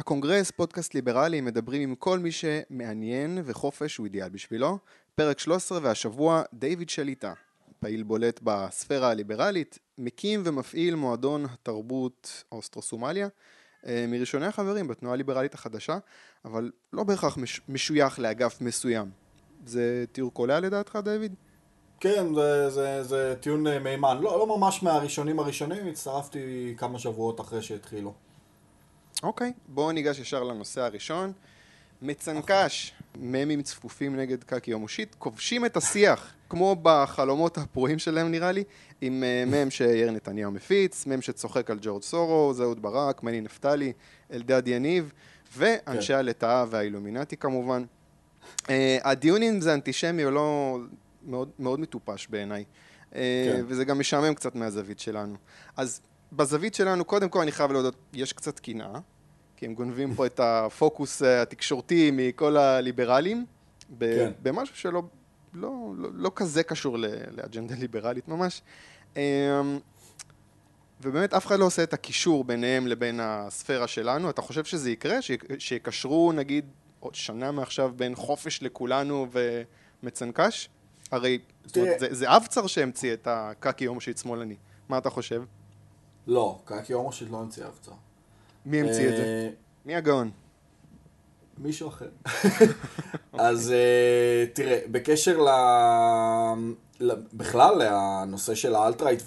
הקונגרס, פודקאסט ליברלי, מדברים עם כל מי שמעניין וחופש הוא אידיאל בשבילו. פרק 13 והשבוע דיוויד שליטה, פעיל בולט בספירה הליברלית, מקים ומפעיל מועדון התרבות אוסטרו-סומליה, מראשוני החברים בתנועה הליברלית החדשה, אבל לא בהכרח משוייך לאגף מסוים. זה תיאור קולע לדעתך, דיוויד? כן, זה טיעון מימן. לא ממש מהראשונים, הצטרפתי כמה שבועות אחרי שהתחילו. אוקיי, בואו ניגש ישר לנושא הראשון. מצנקש, ממים צפופים נגד קקי יומושית, כובשים את השיח, כמו בחלומות הפרועים שלהם נראה לי, עם מם שיאיר נתניהו מפיץ, מם שצוחק על ג'ורג' סורו, זהוד ברק, מני נפתלי, אלדד יניב, ואנשי הלטאה והאילומינטי כמובן. הדיון אם זה אנטישמי או לא, מאוד, מאוד מטופש בעיניי, וזה גם משעמם קצת מהזווית שלנו. אז בזווית שלנו, קודם כל אני חייב להודות, יש קצת קנאה, כי הם גונבים פה את הפוקוס התקשורתי מכל הליברלים, במשהו שלא לא כזה קשור לאג'נדה ליברלית ממש. ובאמת אף אחד לא עושה את הקישור ביניהם לבין הספירה שלנו. אתה חושב שזה יקרה? שיקשרו נגיד עוד שנה מעכשיו בין חופש לכולנו ומצנקש? הרי זה אבצר שהמציא את הקקי יומושית שמאלני. מה אתה חושב? לא, קקי יומושית לא המציא אבצר. מי המציא את זה? מי הגאון? מישהו אחר. אז תראה, בקשר בכלל הנושא של האלטרייט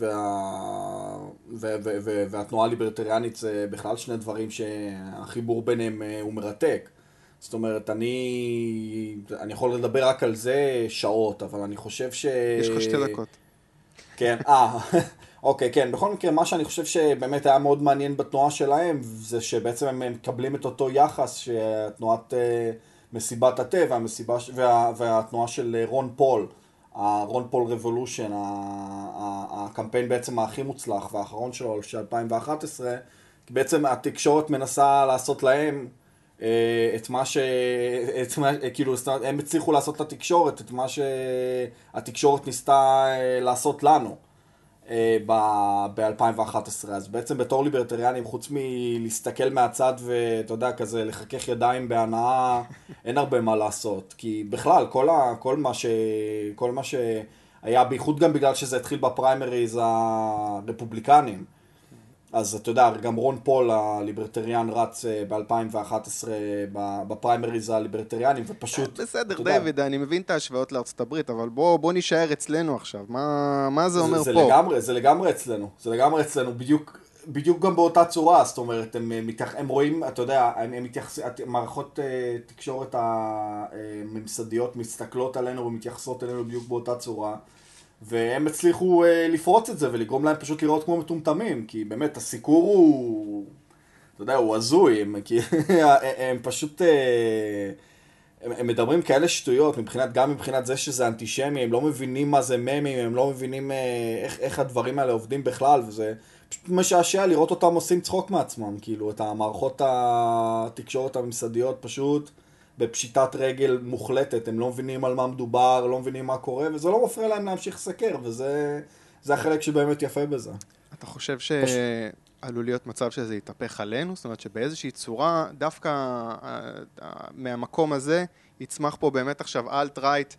והתנועה הליברטריאנית זה בכלל שני דברים שהחיבור ביניהם הוא מרתק. זאת אומרת, אני יכול לדבר רק על זה שעות, אבל אני חושב יש לך 2 דקות. כן, אוקיי, כן. בכל מקרה, מה שאני חושב שבאמת היה מאוד מעניין בתנועה שלהם, זה שבעצם הם מקבלים את אותו יחס שהתנועת מסיבת התה והתנועה של רון פול, הרון פול רבולושן, הקמפיין בעצם הכי מוצלח והאחרון שלו של 2011, בעצם התקשורת מנסה לעשות להם את מה כאילו, הם הצליחו לעשות לתקשורת, את מה שהתקשורת ניסתה לעשות לנו ב-2011. אז בעצם בתור ליברטריאנים, חוץ מלהסתכל מהצד ואתה יודע, כזה לחכך ידיים בהנאה, אין הרבה מה לעשות. כי בכלל, כל מה שהיה, בייחוד גם בגלל שזה התחיל בפריימריז הרפובליקנים, אז אתה יודע, גם רון פול הליברטריאן רץ ב-2011 בפריימריז הליברטריאנים, ופשוט... בסדר, דיוויד, אני מבין את ההשוואות לארצות הברית, אבל בוא נישאר אצלנו עכשיו. מה זה אומר פה? זה לגמרי אצלנו. זה לגמרי אצלנו, בדיוק גם באותה צורה. זאת אומרת, הם רואים, אתה יודע, מערכות תקשורת הממסדיות מסתכלות עלינו ומתייחסות אלינו בדיוק באותה צורה. והם הצליחו לפרוץ את זה ולגרום להם פשוט לראות כמו מטומטמים, כי באמת הסיקור הוא, אתה יודע, הוא הזוי, הם פשוט, הם מדברים כאלה שטויות, גם מבחינת זה שזה אנטישמי, הם לא מבינים מה זה ממים, הם לא מבינים איך הדברים האלה עובדים בכלל, וזה פשוט משעשע לראות אותם עושים צחוק מעצמם, כאילו, את המערכות התקשורת הממסדיות פשוט בפשיטת רגל מוחלטת, הם לא מבינים על מה מדובר, לא מבינים מה קורה, וזה לא מפריע להם להמשיך לסקר, וזה החלק שבאמת יפה בזה. אתה חושב שעלול להיות מצב שזה יתהפך עלינו? זאת אומרת שבאיזושהי צורה, דווקא מהמקום הזה, יצמח פה באמת עכשיו אלט-רייט.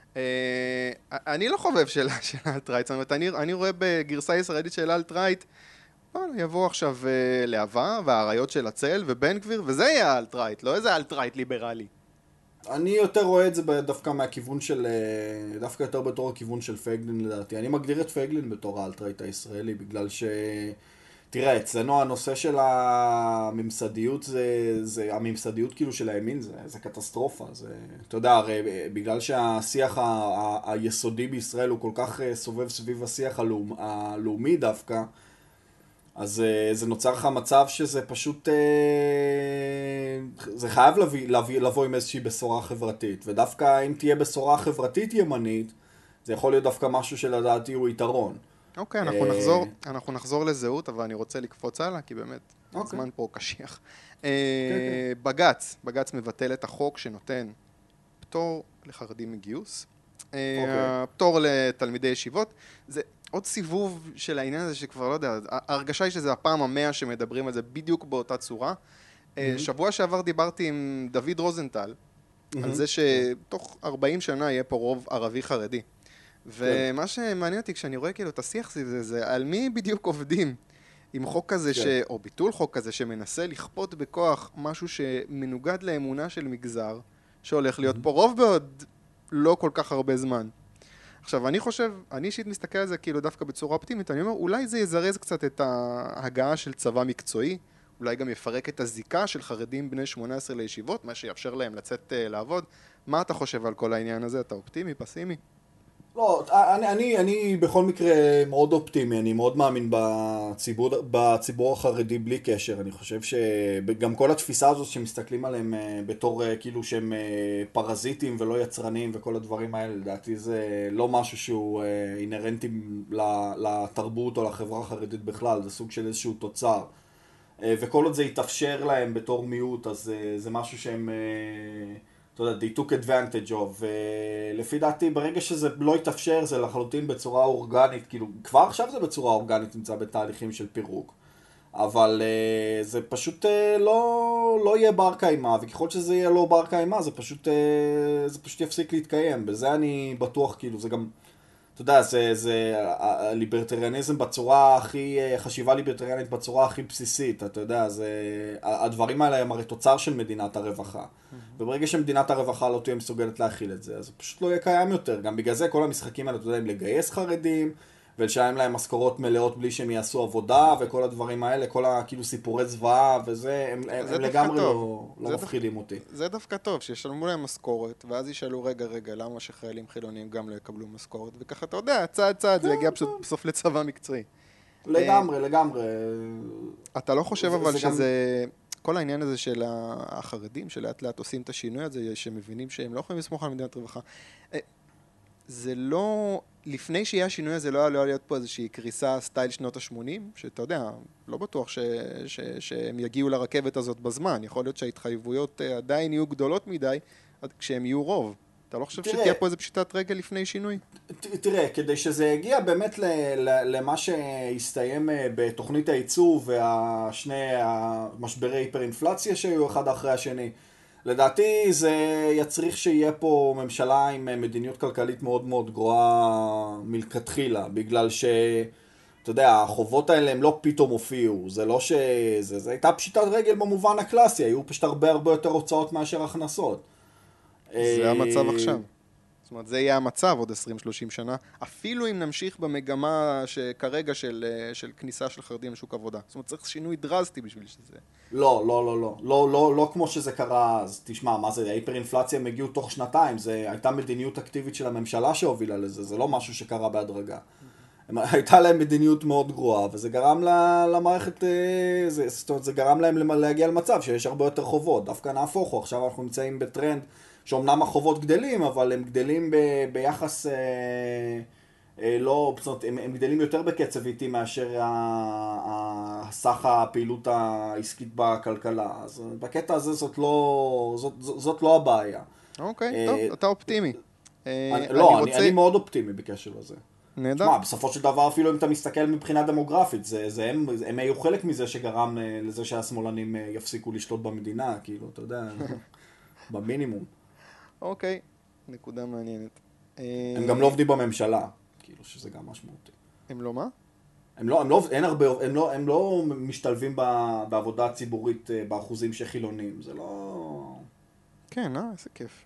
אני לא חובב של אלט-רייט, זאת אומרת, אני רואה בגרסה ישראלית של אלט-רייט, יבוא עכשיו להבה והאריות של הצל ובן גביר, וזה יהיה אלט-רייט, לא איזה אלט-רייט ליברלי. אני יותר רואה את זה דווקא מהכיוון של, דווקא יותר בתור הכיוון של פייגלין לדעתי. אני מגדיר את פייגלין בתור האלט-רייט הישראלי, בגלל תראה, אצלנו הנושא של הממסדיות, הממסדיות כאילו של הימין, זה קטסטרופה. אתה יודע, הרי בגלל שהשיח היסודי בישראל הוא כל כך סובב סביב השיח הלאומי דווקא, אז זה נוצר לך מצב שזה פשוט, זה חייב לבוא עם איזושהי בשורה חברתית, ודווקא אם תהיה בשורה חברתית ימנית, זה יכול להיות דווקא משהו שלדעתי הוא יתרון. אוקיי, אנחנו נחזור לזהות, אבל אני רוצה לקפוץ הלאה, כי באמת הזמן פה קשיח. בג"ץ מבטל את החוק שנותן פטור לחרדים מגיוס, פטור לתלמידי ישיבות, זה עוד סיבוב של העניין הזה שכבר לא יודע, ההרגשה היא שזה הפעם ה-100 שמדברים על זה בדיוק באותה צורה. שבוע שעבר דיברתי עם דוד רוזנטל, על זה שתוך 40 שנה יהיה פה רוב ערבי חרדי. ומה שמעניין אותי כשאני רואה כאילו את השיח סביב זה, זה על מי בדיוק עובדים עם חוק כזה, או ביטול חוק כזה שמנסה לכפות בכוח משהו שמנוגד לאמונה של מגזר, שהולך להיות פה רוב בעוד לא כל כך הרבה זמן. עכשיו, אני חושב, אני אישית מסתכל על זה כאילו דווקא בצורה אופטימית, אני אומר, אולי זה יזרז קצת את ההגעה של צבא מקצועי, אולי גם יפרק את הזיקה של חרדים בני 18 לישיבות, מה שיאפשר להם לצאת לעבוד. מה אתה חושב על כל העניין הזה? אתה אופטימי, פסימי? לא, אני בכל מקרה מאוד אופטימי, אני מאוד מאמין בציבור החרדי בלי קשר. אני חושב שגם כל התפיסה הזאת שמסתכלים עליהם בתור כאילו שהם פרזיטים ולא יצרנים וכל הדברים האלה, לדעתי זה לא משהו שהוא אינרנטי לתרבות או לחברה החרדית בכלל, זה סוג של איזשהו תוצר. וכל עוד זה יתאפשר להם בתור מיעוט, אז זה משהו שהם, אתה יודע, they took advantage of. לפי דעתי, ברגע שזה לא יתאפשר, זה לחלוטין בצורה אורגנית, כאילו, כבר עכשיו זה בצורה אורגנית נמצא בתהליכים של פירוק. אבל זה פשוט לא יהיה בר קיימא, וככל שזה יהיה לא בר קיימא, זה פשוט יפסיק להתקיים. בזה אני בטוח, כאילו, זה גם... אתה יודע, זה הליברטריאניזם בצורה הכי, חשיבה ליברטריאנית בצורה הכי בסיסית, אתה יודע, הדברים האלה הם הרי תוצר של מדינת הרווחה. וברגע שמדינת הרווחה לא תהיה מסוגלת להכיל את זה, אז זה פשוט לא יהיה קיים יותר. גם בגלל זה כל המשחקים האלה, אתה יודע, הם לגייס חרדים, ולשלם להם משכורות מלאות בלי שהם יעשו עבודה, וכל הדברים האלה, כל כאילו סיפורי זוועה וזה, הם לגמרי לא מפחידים אותי. זה דווקא טוב, שישלמו להם משכורת, ואז ישאלו רגע, למה שחיילים חילוניים גם לא יקבלו משכורת, וככה אתה יודע, צעד, זה יגיע פשוט בסוף לצבא מקצועי. לגמרי. אתה לא חושב אבל שזה... כל העניין הזה של החרדים, שלאט לאט עושים את השינוי הזה, שמבינים שהם לא יכולים לסמוך על מדינת רווחה, זה לא... לפני שיהיה השינוי הזה לא היה להיות פה איזושהי קריסה סטייל שנות ה-80, שאתה יודע, לא בטוח שהם יגיעו לרכבת הזאת בזמן. יכול להיות שההתחייבויות עדיין יהיו גדולות מדי כשהם יהיו רוב. אתה לא חושב שתהיה פה איזו פשיטת רגל לפני שינוי? תראה, כדי שזה יגיע באמת למה שהסתיים בתוכנית הייצוב והשני המשברי היפר-אינפלציה שהיו אחד אחרי השני, לדעתי זה יצריך שיהיה פה ממשלה עם מדיניות כלכלית מאוד מאוד גרועה מלכתחילה, בגלל אתה יודע, החובות האלה הם לא פתאום הופיעו, זה לא זה הייתה פשיטת רגל במובן הקלאסי, היו פשוט הרבה יותר הוצאות מאשר הכנסות. זה המצב עכשיו. זאת אומרת, זה יהיה המצב עוד 20-30 שנה, אפילו אם נמשיך במגמה שכרגע של כניסה של חרדים לשוק עבודה. זאת אומרת, צריך שינוי דרסטי בשביל שזה... לא כמו שזה קרה, אז תשמע, מה זה, ההיפר-אינפלציה הם הגיעו תוך שנתיים, זה הייתה מדיניות אקטיבית של הממשלה שהובילה לזה, זה לא משהו שקרה בהדרגה. הייתה להם מדיניות מאוד גרועה, וזה גרם למערכת, זאת אומרת, זה גרם להם להגיע למצב שיש הרבה יותר חובות, דווקא נהפוך הוא, עכשיו אנחנו נמצאים בטרנד, שאומנם החובות גדלים, אבל הם גדלים ביחס לא, זאת אומרת, הם גדלים יותר בקצב איטי מאשר סך הפעילות העסקית בכלכלה. אז בקטע הזה זאת לא הבעיה. אוקיי, טוב, אתה אופטימי. אני מאוד אופטימי בקשר לזה. נהדר. תשמע, בסופו של דבר אפילו אם אתה מסתכל מבחינה דמוגרפית, הם היו חלק מזה שגרם לזה שהשמאלנים יפסיקו לשלוט במדינה, כאילו, אתה יודע, במינימום. אוקיי, נקודה מעניינת. הם גם לא עובדים בממשלה, כאילו שזה גם משמעותי. הם לא מה? הם לא משתלבים בעבודה הציבורית באחוזים שחילונים, זה לא... כן, איזה כיף.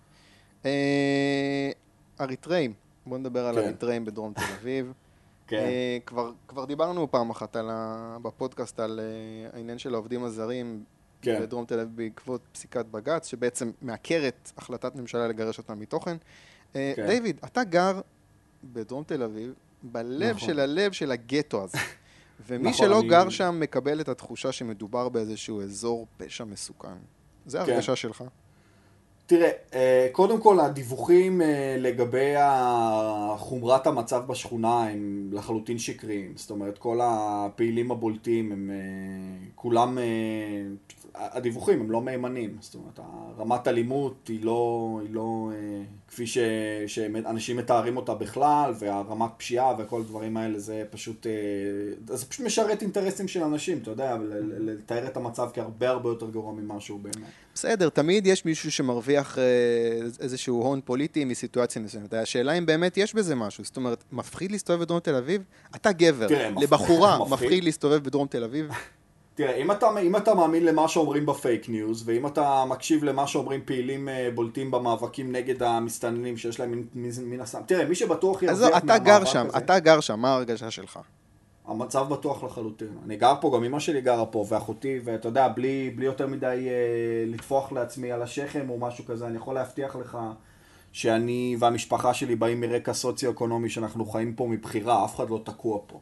אריתראים, בוא נדבר על אריתראים בדרום תל אביב. כבר דיברנו פעם אחת בפודקאסט על העניין של העובדים הזרים, בדרום תל אביב בעקבות פסיקת בג"ץ, שבעצם מעקרת החלטת ממשלה לגרש אותם מתוכן. דיוויד, אתה גר בדרום תל אביב, בלב של הלב של הגטו הזה. ומי שלא גר שם מקבל את התחושה שמדובר באיזשהו אזור פשע מסוכן. זה ההרגשה שלך? תראה, קודם כל הדיווחים לגבי חומרת המצב בשכונה הם לחלוטין שקריים. זאת אומרת, כל הפעילים הבולטים הם כולם, הדיווחים הם לא מהימנים, זאת אומרת, רמת אלימות היא לא כפי שאנשים מתארים אותה בכלל, והרמת פשיעה וכל הדברים האלה, זה פשוט משרת אינטרסים של אנשים, אתה יודע, לתאר את המצב כהרבה הרבה יותר גרוע ממה שהוא באמת. בסדר, תמיד יש מישהו שמרוויח איזשהו הון פוליטי מסיטואציה מסוימת. השאלה אם באמת יש בזה משהו, זאת אומרת, מפחיד להסתובב בדרום תל אביב? אתה גבר, לבחורה מפחיד להסתובב בדרום תל אביב? תראה, אם אתה מאמין למה שאומרים בפייק ניוז, ואם אתה מקשיב למה שאומרים פעילים בולטים במאבקים נגד המסתננים שיש להם מן הסתם, תראה, מי שבטוח ירוויח מהמאבק הזה... אתה גר שם, מה ההרגשה שלך? המצב בטוח לחלוטין. אני גר פה, גם אמא שלי גרה פה, ואחותי, ואתה יודע, בלי יותר מדי לטפוח לעצמי על השכם או משהו כזה, אני יכול להבטיח לך שאני והמשפחה שלי באים מרקע סוציו-אקונומי שאנחנו חיים פה מבחירה, אף אחד לא תקוע פה.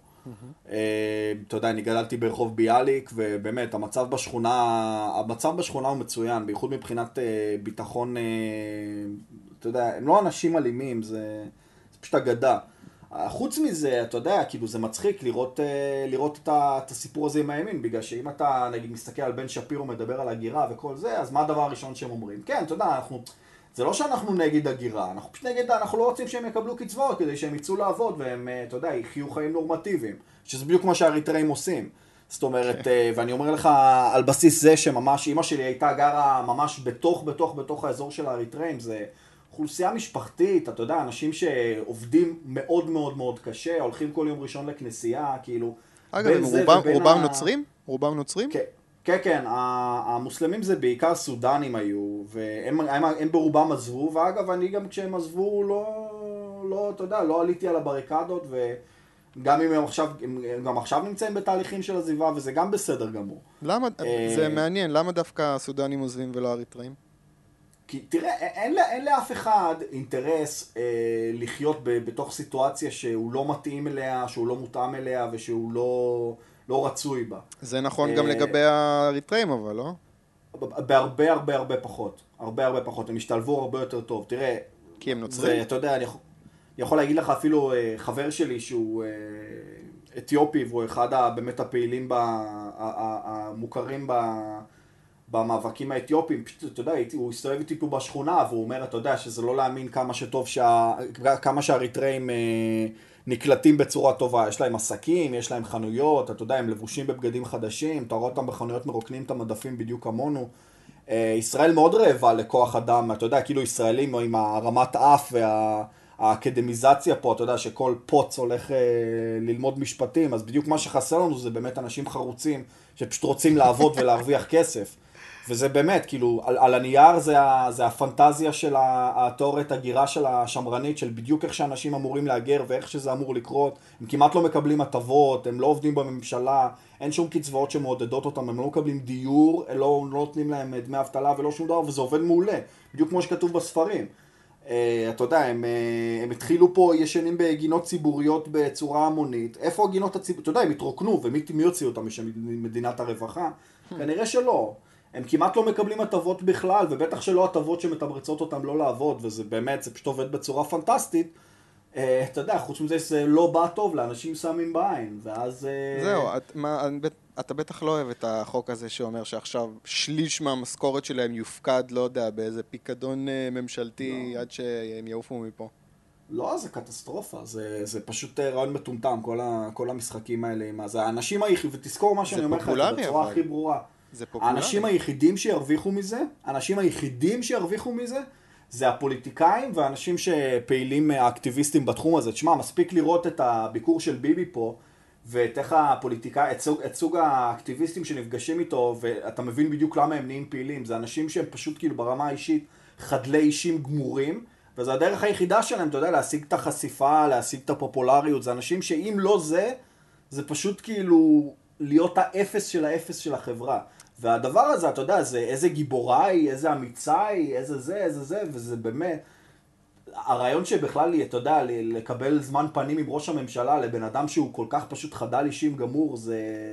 אתה יודע, אני גדלתי ברחוב ביאליק, ובאמת, המצב בשכונה הוא מצוין, בייחוד מבחינת ביטחון, אתה יודע, הם לא אנשים אלימים, זה פשוט אגדה. חוץ מזה, אתה יודע, כאילו זה מצחיק לראות את הסיפור הזה עם הימין, בגלל שאם אתה, נגיד, מסתכל על בן שפירו מדבר על הגירה וכל זה, אז מה הדבר הראשון שהם אומרים? כן, אתה יודע, זה לא שאנחנו נגד הגירה, אנחנו לא רוצים שהם יקבלו קצבאות כדי שהם יצאו לעבוד והם, אתה יודע, יחיו חיים נורמטיביים, שזה בדיוק מה שהאריתראים עושים. זאת אומרת, ואני אומר לך, על בסיס זה שממש, אמא שלי הייתה גרה ממש בתוך האזור של האריתראים, זה אוכלוסייה משפחתית, אתה יודע, אנשים שעובדים מאוד מאוד מאוד קשה, הולכים כל יום ראשון לכנסייה, כאילו... אגב, רובם נוצרים? רובם נוצרים? כן. כן, המוסלמים זה בעיקר סודנים היו, והם ברובם עזבו, ואגב, אני גם כשהם עזבו, לא, אתה יודע, לא עליתי על הבריקדות, וגם אם הם גם עכשיו נמצאים בתהליכים של עזיבה, וזה גם בסדר גמור. למה, זה מעניין, למה דווקא הסודנים עוזבים ולא האריתראים? כי תראה, אין לאף אחד אינטרס לחיות בתוך סיטואציה שהוא לא מתאים אליה, שהוא לא מותאם אליה, ושהוא לא רצוי בה. זה נכון גם לגבי האריתראים, אבל לא? בהרבה פחות. הרבה פחות. הם השתלבו הרבה יותר טוב. תראה... כי הם נוצרים? אתה יודע, אני יכול להגיד לך אפילו חבר שלי שהוא אתיופי, והוא אחד באמת הפעילים המוכרים במאבקים האתיופיים. פשוט, אתה יודע, הוא הסתובב איתי פה בשכונה, והוא אומר, אתה יודע, שזה לא להאמין כמה שהאריתראים נקלטים בצורה טובה. יש להם עסקים, יש להם חנויות, אתה יודע, הם לבושים בבגדים חדשים, אתה רואה אותם בחנויות מרוקנים את המדפים בדיוק כמונו. ישראל מאוד רעבה לכוח אדם, אתה יודע, כאילו ישראלים עם הרמת אף והאקדמיזציה פה, אתה יודע, שכל פוץ הולך ללמוד משפטים, אז בדיוק מה שחסר לנו זה באמת אנשים חרוצים שפשוט רוצים לעבוד ולהרוויח כסף. וזה באמת, כאילו, על הנייר זה הפנטזיה של התיאוריית הגירה של השמרנית, של בדיוק איך שאנשים אמורים להגר ואיך שזה אמור לקרות. הם כמעט לא מקבלים הטבות, הם לא עובדים בממשלה, אין שום קצבאות שמעודדות אותם, הם לא מקבלים דיור, לא נותנים להם דמי אבטלה ולא שום דבר, וזה עובד מעולה, בדיוק כמו שכתוב בספרים. אתה יודע, הם התחילו פה ישנים בגינות ציבוריות בצורה המונית. איפה הגינות הציבוריות? אתה יודע, הם התרוקנו, ומי יוציא אותם ממדינת הרווחה? כנראה שלא. הם כמעט לא מקבלים הטבות בכלל, ובטח שלא הטבות שמתמרצות אותם לא לעבוד, וזה באמת, זה פשוט עובד בצורה פנטסטית. אתה יודע, חוץ מזה זה לא בא טוב לאנשים שמים בעין, ואז... זהו, אתה בטח לא אוהב את החוק הזה שאומר שעכשיו שליש מהמשכורת שלהם יופקד, לא יודע, באיזה פיקדון ממשלתי עד שהם יעופו מפה. לא, זה קטסטרופה, זה פשוט רעיון מטומטם, כל המשחקים האלה עם זה. האנשים היחידים, ותזכור מה שאני אומר לך, בצורה הכי ברורה. האנשים היחידים שירוויחו מזה, זה הפוליטיקאים והאנשים שפעילים אקטיביסטים בתחום הזה. תשמע, מספיק לראות את הביקור של ביבי פה, ואת איך הפוליטיקאי, את סוג האקטיביסטים שנפגשים איתו, ואתה מבין בדיוק למה הם נהיים פעילים. זה אנשים שהם פשוט כאילו ברמה האישית חדלי אישים גמורים, וזה הדרך היחידה שלהם, אתה יודע, להשיג את החשיפה, להשיג את הפופולריות. זה אנשים שאם לא זה, זה פשוט כאילו להיות האפס של האפס של החברה. והדבר הזה, אתה יודע, זה איזה גיבוראי, איזה אמיצאי, איזה זה, וזה באמת... הרעיון שבכלל, אתה יודע, לקבל זמן פנים עם ראש הממשלה לבן אדם שהוא כל כך פשוט חדל אישים גמור, זה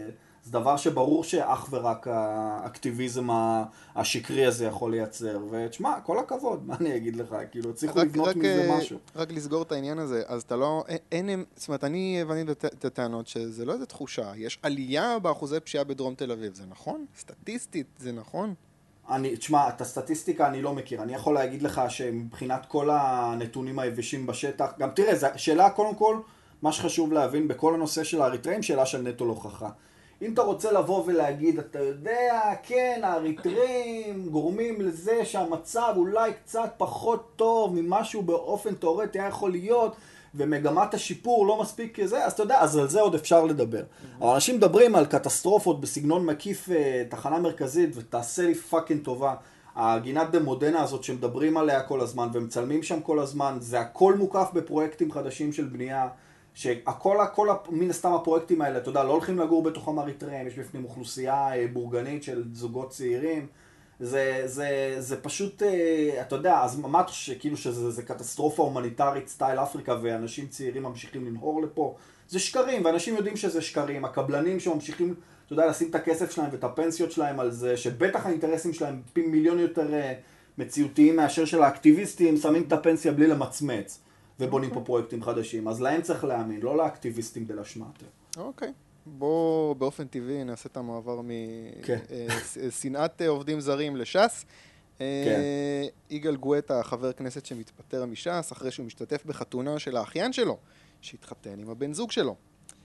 זה דבר שברור שאך ורק האקטיביזם השקרי הזה יכול לייצר, ותשמע, כל הכבוד, מה אני אגיד לך, כאילו, הצליחו לבנות מזה משהו. רק לסגור את העניין הזה, אז אתה לא, זאת אומרת, אני הבנתי את הטענות שזה לא איזה תחושה, יש עלייה באחוזי פשיעה בדרום תל אביב, זה נכון? סטטיסטית, זה נכון? תשמע, את הסטטיסטיקה אני לא מכיר, אני יכול להגיד לך שמבחינת כל הנתונים היבשים בשטח, גם תראה, זו שאלה קודם כל, מה שחשוב להבין בכל הנושא של האריתראים, שאלה של נטו להוכחה. אם אתה רוצה לבוא ולהגיד, אתה יודע, כן, האריתראים גורמים לזה שהמצב אולי קצת פחות טוב ממשהו באופן תיאורטי היה יכול להיות, ומגמת השיפור לא מספיק כזה, אז אתה יודע, אז על זה עוד אפשר לדבר. אבל אנשים מדברים על קטסטרופות בסגנון מקיף תחנה מרכזית, ותעשה לי פאקינג טובה. הגינת דה מודנה הזאת שמדברים עליה כל הזמן, ומצלמים שם כל הזמן, זה הכל מוקף בפרויקטים חדשים של בנייה, שהכל, מן הסתם הפרויקטים האלה, אתה יודע, לא הולכים לגור בתוכם אריתראים, יש בפנים אוכלוסייה בורגנית של זוגות צעירים, זה פשוט, אתה יודע, אז מה אתה חושב שכאילו שזה קטסטרופה הומניטרית סטייל אפריקה ואנשים צעירים ממשיכים לנהור לפה? זה שקרים, ואנשים יודעים שזה שקרים, הקבלנים שממשיכים, אתה יודע, לשים את הכסף שלהם ואת הפנסיות שלהם על זה, שבטח האינטרסים שלהם פי מיליון יותר מציאותיים מאשר של האקטיביסטים, שמים את הפנסיה בלי למצמץ, ובונים פה פרויקטים חדשים, אז להם צריך להאמין, לא לאקטיביסטים דלשמטה. אוקיי. בוא באופן טבעי נעשה את המעבר משנאת עובדים זרים לש"ס. יגאל גואטה, חבר כנסת שמתפטר מש"ס, אחרי שהוא משתתף בחתונה של האחיין שלו, שהתחתן עם הבן זוג שלו.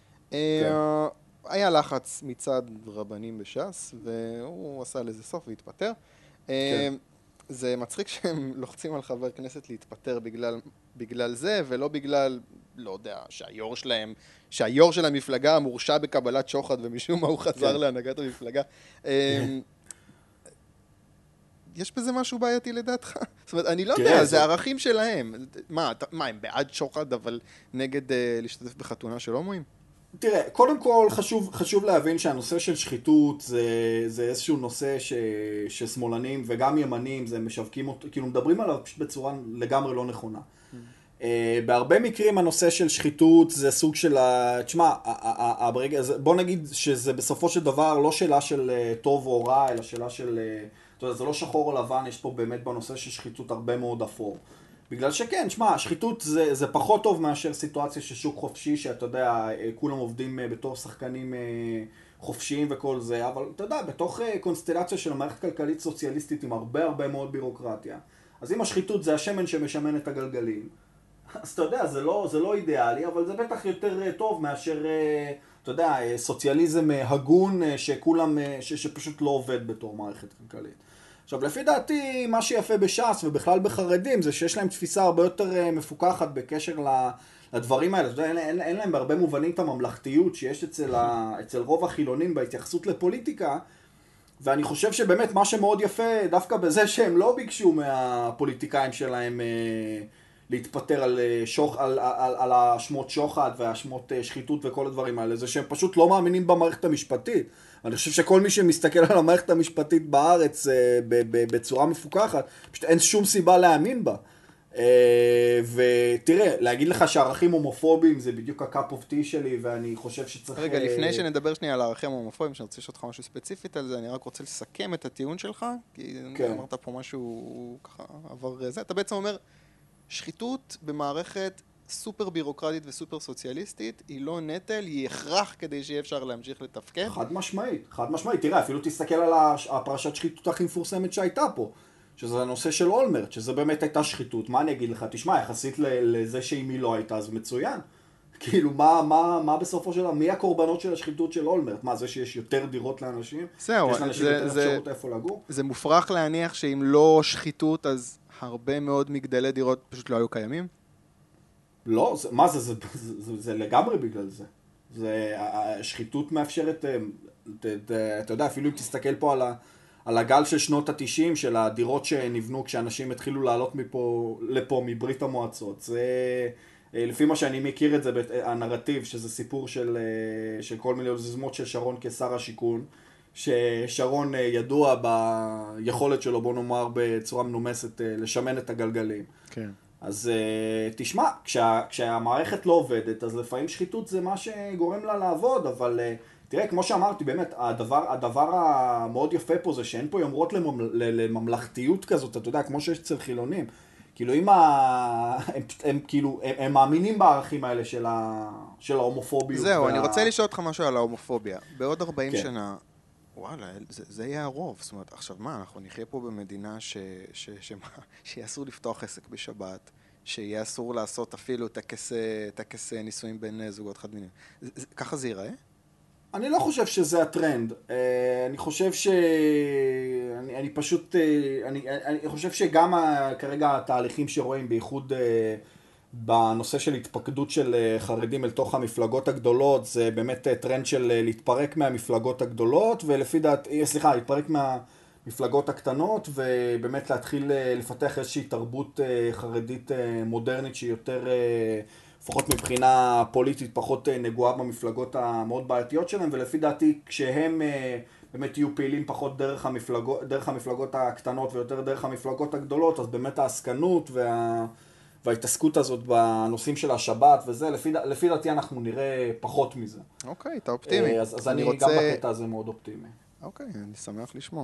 היה לחץ מצד רבנים בש"ס, והוא עשה לזה סוף והתפטר. זה מצחיק שהם לוחצים על חבר כנסת להתפטר בגלל זה, ולא בגלל, לא יודע, שהיו"ר של המפלגה מורשע בקבלת שוחד, ומשום מה הוא חזר להנהגת המפלגה. יש בזה משהו בעייתי לדעתך? זאת אומרת, אני לא יודע, זה ערכים שלהם. מה, הם בעד שוחד, אבל נגד להשתתף בחתונה של הומואים? תראה, קודם כל חשוב להבין שהנושא של שחיתות זה איזשהו נושא ששמאלנים וגם ימנים, זה משווקים אותו, כאילו מדברים עליו פשוט בצורה לגמרי לא נכונה. בהרבה מקרים הנושא של שחיתות זה סוג של, תשמע, בוא נגיד שזה בסופו של דבר לא שאלה של טוב או רע, אלא שאלה של, אתה יודע, זה לא שחור או לבן, יש פה באמת בנושא של שחיתות הרבה מאוד אפור. בגלל שכן, שמע, שחיתות זה פחות טוב מאשר סיטואציה של שוק חופשי, שאתה יודע, כולם עובדים בתור שחקנים חופשיים וכל זה, אבל אתה יודע, בתוך קונסטלציה של מערכת כלכלית סוציאליסטית עם הרבה מאוד בירוקרטיה, אז אם השחיתות זה השמן שמשמן את הגלגלים, אז אתה יודע, זה לא אידיאלי, אבל זה בטח יותר טוב מאשר, אתה יודע, סוציאליזם הגון שפשוט לא עובד בתור מערכת כלכלית. עכשיו, לפי דעתי, מה שיפה בש"ס ובכלל בחרדים זה שיש להם תפיסה הרבה יותר מפוקחת בקשר לדברים האלה. אתה יודע, אין להם בהרבה מובנים את הממלכתיות שיש אצל רוב החילונים בהתייחסות לפוליטיקה, ואני חושב שבאמת מה שמאוד יפה דווקא בזה שהם לא ביקשו מהפוליטיקאים שלהם להתפטר על השמות שוחד והשמות שחיתות וכל הדברים האלה, זה שהם פשוט לא מאמינים במערכת המשפטית. אני חושב שכל מי שמסתכל על המערכת המשפטית בארץ בצורה מפוקחת, פשוט אין שום סיבה להאמין בה. ותראה, להגיד לך שערכים הומופוביים זה בדיוק הקאפ אוף טי שלי, ואני חושב שצריך... רגע, לפני שנדבר שנייה על הערכים ההומופוביים, שאני רוצה לשאול אותך משהו ספציפית על זה, אני רק רוצה לסכם את הטיעון שלך, כי אמרת פה משהו ככה עבר זה. אתה בעצם אומר, שחיתות במערכת סופר בירוקרטית וסופר סוציאליסטית היא לא נטל, היא הכרח כדי שיהיה אפשר להמשיך לתפקד. חד משמעית. תראה, אפילו תסתכל על הפרשת שחיתות הכי מפורסמת שהייתה פה, שזה הנושא של אולמרט, שזה באמת הייתה שחיתות. מה אני אגיד לך? תשמע, יחסית לזה שאם היא לא הייתה, אז מצוין. כאילו, מה בסופו של דבר? מי הקורבנות של השחיתות של אולמרט? מה, זה שיש יותר דירות לאנשים? זהו, יש לאנשים יותר אפשרות איפה לגור? זה מופרך להניח שאם לא שחיתות, אז הרבה מאוד מגדלי דירות פשוט לא היו קיימים? לא, זה לגמרי בגלל זה. השחיתות מאפשרת, אתה יודע, אפילו אם תסתכל פה על הגל של שנות ה-90, של הדירות שנבנו כשאנשים התחילו לעלות לפה מברית המועצות. זה, לפי מה שאני מכיר את זה, הנרטיב, שזה סיפור של כל מיני יוזמות של שרון כשר השיכון, ששרון ידוע ביכולת שלו, בוא נאמר, בצורה מנומסת, לשמן את הגלגלים. כן. אז תשמע, כשהמערכת לא עובדת, אז לפעמים שחיתות זה מה שגורם לה לעבוד, אבל תראה, כמו שאמרתי, באמת, הדבר המאוד יפה פה זה שאין פה יומרות לממלכתיות כזאת, אתה יודע, כמו שיש אצל חילונים. כאילו, הם כאילו, הם מאמינים בערכים האלה של ההומופוביות. זהו, אני רוצה לשאול אותך משהו על ההומופוביה. בעוד 40 כן. שנה, וואלה, זה יהיה הרוב. זאת אומרת, עכשיו מה, אנחנו נחיה פה במדינה שיהיה אסור לפתוח עסק בשבת, שיהיה אסור לעשות אפילו טקס נישואים בין זוגות חד מיניים. ככה זה ייראה? אני לא חושב שזה הטרנד. אני חושב אני פשוט, אני חושב שגם כרגע התהליכים שרואים, בייחוד בנושא של התפקדות של חרדים אל תוך המפלגות הגדולות, זה באמת טרנד של להתפרק מהמפלגות הגדולות, ולפי דעת, סליחה, להתפרק מהמפלגות הקטנות, ובאמת להתחיל לפתח איזושהי תרבות חרדית מודרנית שהיא יותר, לפחות מבחינה פוליטית, פחות נגועה במפלגות המאוד בעייתיות שלהם, ולפי דעתי כשהם באמת יהיו פעילים פחות דרך המפלגות הקטנות ויותר דרך המפלגות הגדולות, אז באמת העסקנות וההתעסקות הזאת בנושאים של השבת וזה, לפי דעתי אנחנו נראה פחות מזה. אוקיי, אתה אופטימי. אז אני גם בקטע הזה מאוד אופטימי. אוקיי, אני שמח לשמוע.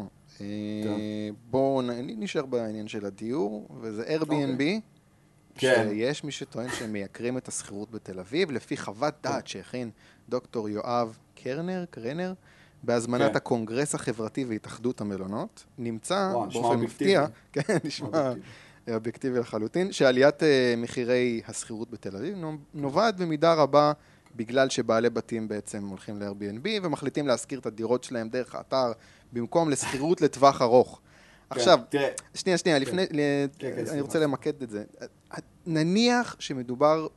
בואו נשאר בעניין של הדיור, וזה Airbnb. כן. שיש מי שטוען שהם מייקרים את השכירות בתל אביב, לפי חוות דעת שהכין דוקטור יואב קרנר, בהזמנת הקונגרס החברתי והתאחדות המלונות, נמצא באופן מפתיע, כן, נשמע אובייקטיבי לחלוטין, שעליית מחירי השכירות בתל אביב נובעת במידה רבה בגלל שבעלי בתים בעצם הולכים ל-Airbnb ומחליטים להשכיר את הדירות שלהם דרך האתר במקום לשכירות לטווח ארוך. עכשיו, שנייה, לפני, אני רוצה למקד את זה. נניח שמדובר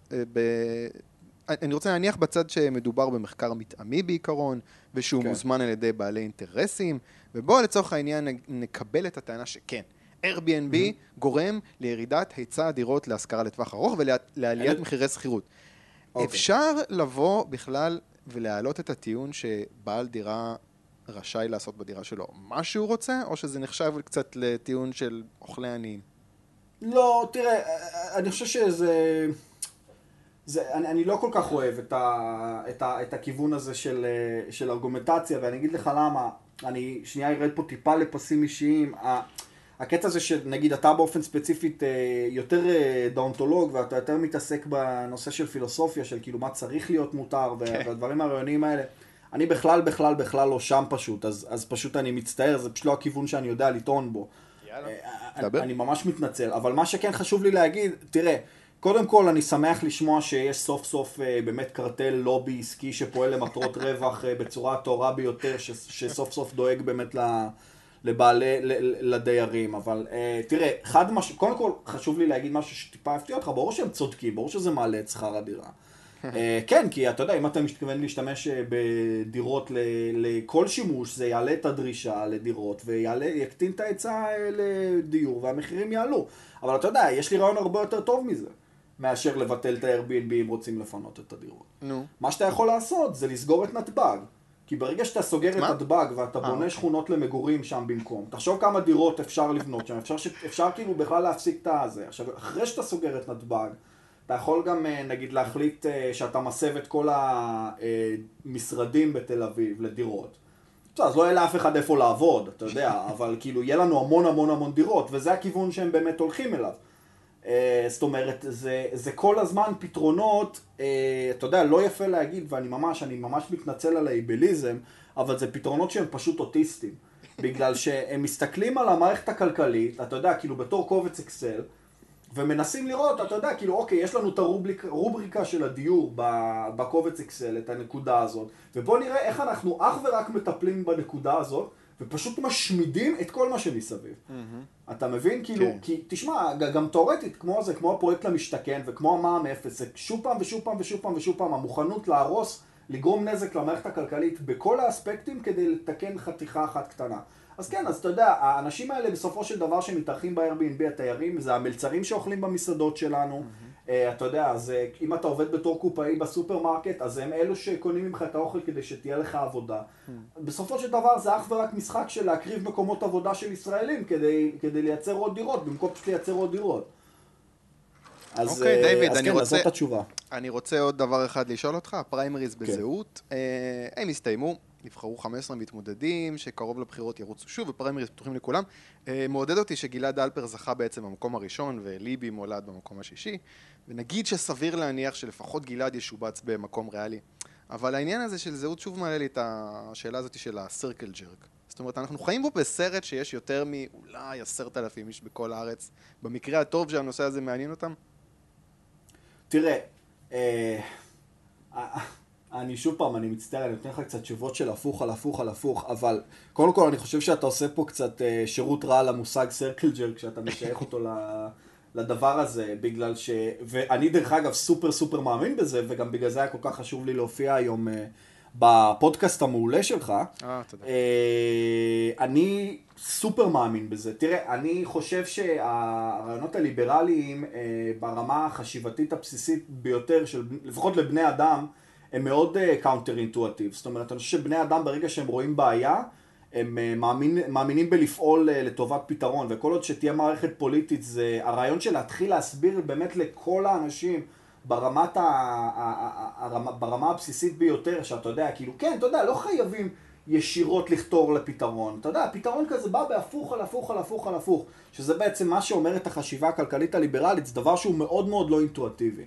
אני רוצה להניח בצד שמדובר במחקר מתאמי בעיקרון, ושהוא מוזמן על ידי בעלי אינטרסים, ובואו לצורך העניין נקבל את הטענה שכן, Airbnb גורם לירידת היצע הדירות להשכרה לטווח ארוך ולעליית מחירי שכירות. אפשר לבוא בכלל ולהעלות את הטיעון שבעל דירה רשאי לעשות בדירה שלו מה שהוא רוצה, או שזה נחשב קצת לטיעון של אוכלי עניים? לא, תראה, אני חושב שזה... אני לא כל כך אוהב את הכיוון הזה של ארגומנטציה, ואני אגיד לך למה. אני שנייה ארד פה טיפה לפסים אישיים. הקטע הזה שנגיד אתה באופן ספציפית יותר דאונטולוג, ואתה יותר מתעסק בנושא של פילוסופיה, של כאילו מה צריך להיות מותר, והדברים הרעיוניים האלה. אני בכלל לא שם פשוט, אז פשוט אני מצטער, זה פשוט לא הכיוון שאני יודע לטעון בו. אני ממש מתנצל, אבל מה שכן חשוב לי להגיד, תראה, קודם כל אני שמח לשמוע שיש סוף סוף באמת קרטל לובי עסקי שפועל למטרות רווח בצורה הטהורה ביותר, שסוף סוף דואג באמת לדיירים, אבל תראה, קודם כל חשוב לי להגיד משהו שטיפה הפתיע אותך, ברור שהם צודקים, ברור שזה מעלה את שכר הדירה. כן, כי אתה יודע, אם אתה מתכוון להשתמש בדירות לכל שימוש, זה יעלה את הדרישה לדירות ויקטין את ההיצע לדיור והמחירים יעלו. אבל אתה יודע, יש לי רעיון הרבה יותר טוב מזה, מאשר לבטל את ה-Airbnb אם רוצים לפנות את הדירות. מה שאתה יכול לעשות זה לסגור את נתב"ג. כי ברגע שאתה סוגר את נתב"ג ואתה בונה שכונות למגורים שם במקום, תחשוב כמה דירות אפשר לבנות שם, אפשר כאילו בכלל להפסיק את הזה. עכשיו, אחרי שאתה סוגר את נתב"ג, אתה יכול גם, נגיד, להחליט שאתה מסב את כל המשרדים בתל אביב לדירות. אז לא יהיה לאף אחד איפה לעבוד, אתה יודע, אבל כאילו יהיה לנו המון דירות, וזה הכיוון שהם באמת הולכים אליו. זאת אומרת, זה כל הזמן פתרונות, אתה יודע, לא יפה להגיד, ואני ממש מתנצל על האיבליזם, אבל זה פתרונות שהם פשוט אוטיסטים. בגלל שהם מסתכלים על המערכת הכלכלית, אתה יודע, כאילו בתור קובץ אקסל, ומנסים לראות, אתה יודע, כאילו, אוקיי, יש לנו את הרובריקה של הדיור בקובץ אקסל, את הנקודה הזאת, ובוא נראה איך אנחנו אך ורק מטפלים בנקודה הזאת, ופשוט משמידים את כל מה שמסביב. אתה מבין? כאילו, כי תשמע, גם תיאורטית, כמו הפרויקט למשתכן, וכמו המע"מ אפס, זה שוב פעם, המוכנות להרוס, לגרום נזק למערכת הכלכלית בכל האספקטים, כדי לתקן חתיכה אחת קטנה. אז כן, אז אתה יודע, האנשים האלה בסופו של דבר שמתארחים ב-Airbnb, התיירים, זה המלצרים שאוכלים במסעדות שלנו. אתה יודע, אז אם אתה עובד בתור קופאי בסופרמרקט, אז הם אלו שקונים ממך את האוכל כדי שתהיה לך עבודה. בסופו של דבר זה אך ורק משחק של להקריב מקומות עבודה של ישראלים כדי לייצר עוד דירות, במקום פשוט לייצר עוד דירות. אוקיי, דיוויד, אז כן, אז זאת התשובה. אני רוצה עוד דבר אחד לשאול אותך, הפריימריז כן. בזהות, הם הסתיימו, נבחרו 15 מתמודדים, שקרוב לבחירות ירוצו שוב, ופריימריז פתוחים לכולם. מעודד אותי שגלעד אלפר זכה בעצם במקום הראשון, וליבי מולד במקום השישי, ונגיד שסביר להניח שלפחות גלעד ישובץ במקום ריאלי. אבל העניין הזה של זהות שוב מעלה לי את השאלה הזאת של הסרקל ג'רק. זאת אומרת, אנחנו חיים בו בסרט שיש יותר מאולי 10,000 איש בכל הארץ. במקרה הטוב שהנושא הזה מעניין אותם? תראה, אני שוב פעם, אני מצטער, אני נותן לך קצת תשובות של הפוך על הפוך על הפוך, אבל קודם כל אני חושב שאתה עושה פה קצת שירות רע למושג סרקל ג'רק, כשאתה משייך אותו לדבר הזה, בגלל ואני דרך אגב סופר סופר מאמין בזה, וגם בגלל זה היה כל כך חשוב לי להופיע היום בפודקאסט המעולה שלך. תודה. אני סופר מאמין בזה. תראה, אני חושב שהרעיונות הליברליים ברמה החשיבתית הבסיסית ביותר, לפחות לבני אדם, הם מאוד קאונטר אינטואטיב. זאת אומרת, אני חושב שבני אדם ברגע שהם רואים בעיה, הם מאמינים בלפעול לטובת פתרון, וכל עוד שתהיה מערכת פוליטית, זה הרעיון של להתחיל להסביר באמת לכל האנשים, ברמה הבסיסית ביותר, שאתה יודע, כאילו, כן, אתה יודע, לא חייבים ישירות לכתור לפתרון. אתה יודע, הפתרון כזה בא בהפוך על הפוך על הפוך על הפוך, שזה בעצם מה שאומר את החשיבה הכלכלית הליברלית, זה דבר שהוא מאוד מאוד לא אינטואטיבי.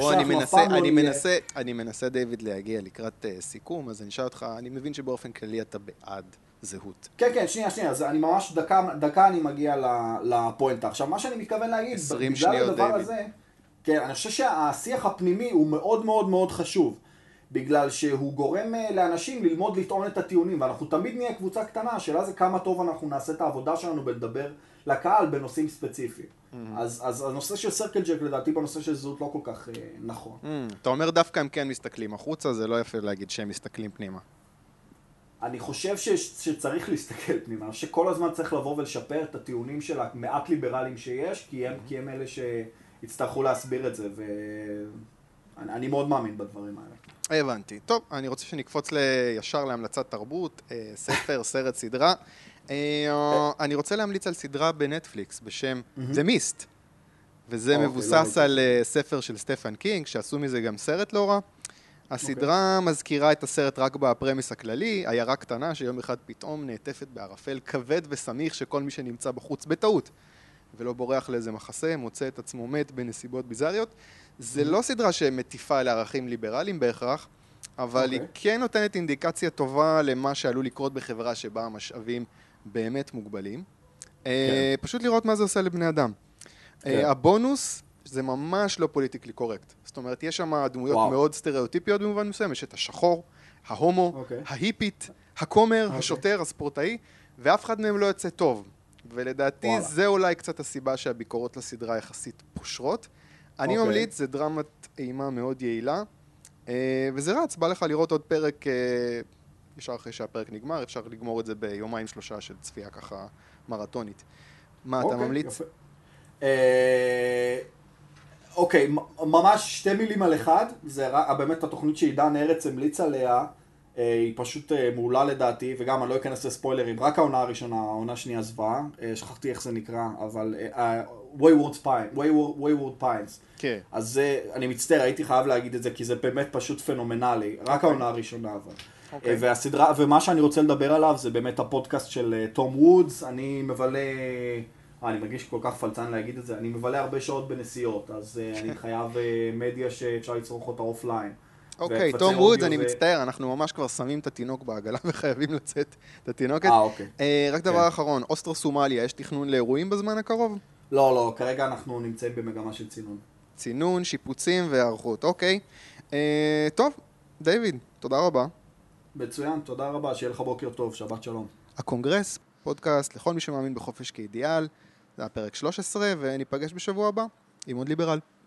אני מנסה, דיוויד, להגיע לקראת סיכום, אז אני אשאל אותך, אני מבין שבאופן כללי אתה בעד זהות. כן, שנייה, אז אני ממש דקה אני מגיע לפואנטה. עכשיו, מה שאני מתכוון להגיד, 20 בגלל שניות, הדבר דיוויד. הזה, כן, אני חושב שהשיח הפנימי הוא מאוד מאוד מאוד חשוב, בגלל שהוא גורם לאנשים ללמוד לטעון את הטיעונים, ואנחנו תמיד נהיה קבוצה קטנה, השאלה זה כמה טוב אנחנו נעשה את העבודה שלנו בלדבר לקהל בנושאים ספציפיים. אז הנושא של סרקל ג'רק לדעתי בנושא של זהות לא כל כך נכון. אתה אומר דווקא הם כן מסתכלים החוצה, זה לא יפה להגיד שהם מסתכלים פנימה. אני חושב שצריך להסתכל פנימה, אני חושב שכל הזמן צריך לבוא ולשפר את הטיעונים של המעט ליברליים שיש, כי הם אלה שיצטרכו להסביר את זה, ואני מאוד מאמין בדברים האלה. הבנתי. טוב, אני רוצה שנקפוץ ישר להמלצת תרבות, ספר, סרט, סדרה. אני רוצה להמליץ על סדרה בנטפליקס בשם The Mist, וזה מבוסס על ספר של סטפן קינג, שעשו מזה גם סרט לא רע. הסדרה מזכירה את הסרט רק בפרמיס הכללי, עיירה קטנה שיום אחד פתאום נעטפת בערפל כבד וסמיך שכל מי שנמצא בחוץ בטעות ולא בורח לאיזה מחסה, מוצא את עצמו מת בנסיבות ביזריות. זה לא סדרה שמטיפה לערכים ליברליים בהכרח, אבל היא כן נותנת אינדיקציה טובה למה שעלול לקרות בחברה שבה המשאבים באמת מוגבלים. פשוט לראות מה זה עושה לבני אדם. הבונוס זה ממש לא פוליטיקלי קורקט. זאת אומרת, יש שם דמויות מאוד סטריאוטיפיות במובן מסוים, יש את השחור, ההומו, ההיפית, הכומר, השוטר, הספורטאי, ואף אחד מהם לא יוצא טוב. ולדעתי זה אולי קצת הסיבה שהביקורות לסדרה יחסית פושרות. אני ממליץ, זה דרמת אימה מאוד יעילה, וזה רץ, בא לך לראות עוד פרק, ישר אחרי שהפרק נגמר, אפשר לגמור את זה ביומיים 3 של צפייה ככה מרתונית. מה אתה ממליץ? אוקיי, ממש 2 מילים על אחד, זה באמת התוכנית שעידן ארץ המליץ עליה, היא פשוט מעולה לדעתי, וגם אני לא אכנס לספוילרים, רק העונה הראשונה, העונה השנייה זוועה, שכחתי איך זה נקרא, אבל Wayward Pines. אז אני מצטער, הייתי חייב להגיד את זה, כי זה באמת פשוט פנומנלי, רק העונה הראשונה אבל. והסדרה, ומה שאני רוצה לדבר עליו זה באמת הפודקאסט של תום וודס, אני מבלה, אני מרגיש כל כך פלצן להגיד את זה, אני מבלה הרבה שעות בנסיעות, אז אני חייב מדיה שאפשר לצרוך אותה אופליין. אוקיי, תום וודס, אני מצטער, אנחנו ממש כבר שמים את התינוק בעגלה וחייבים לצאת את התינוקת. אוקיי. רק דבר אחרון, אוסטרו סומליה, יש תכנון לאירועים בזמן הקרוב? לא, כרגע אנחנו נמצאים במגמה של צינון. צינון, שיפוצים והערכות, אוקיי. טוב, דיוויד, תודה רבה. מצוין, תודה רבה, שיהיה לך בוקר טוב, שבת שלום. הקונגרס, פודקאסט לכל מי שמאמין בחופש כאידיאל, זה הפרק 13, וניפגש בשבוע הבא עם עוד ליברל.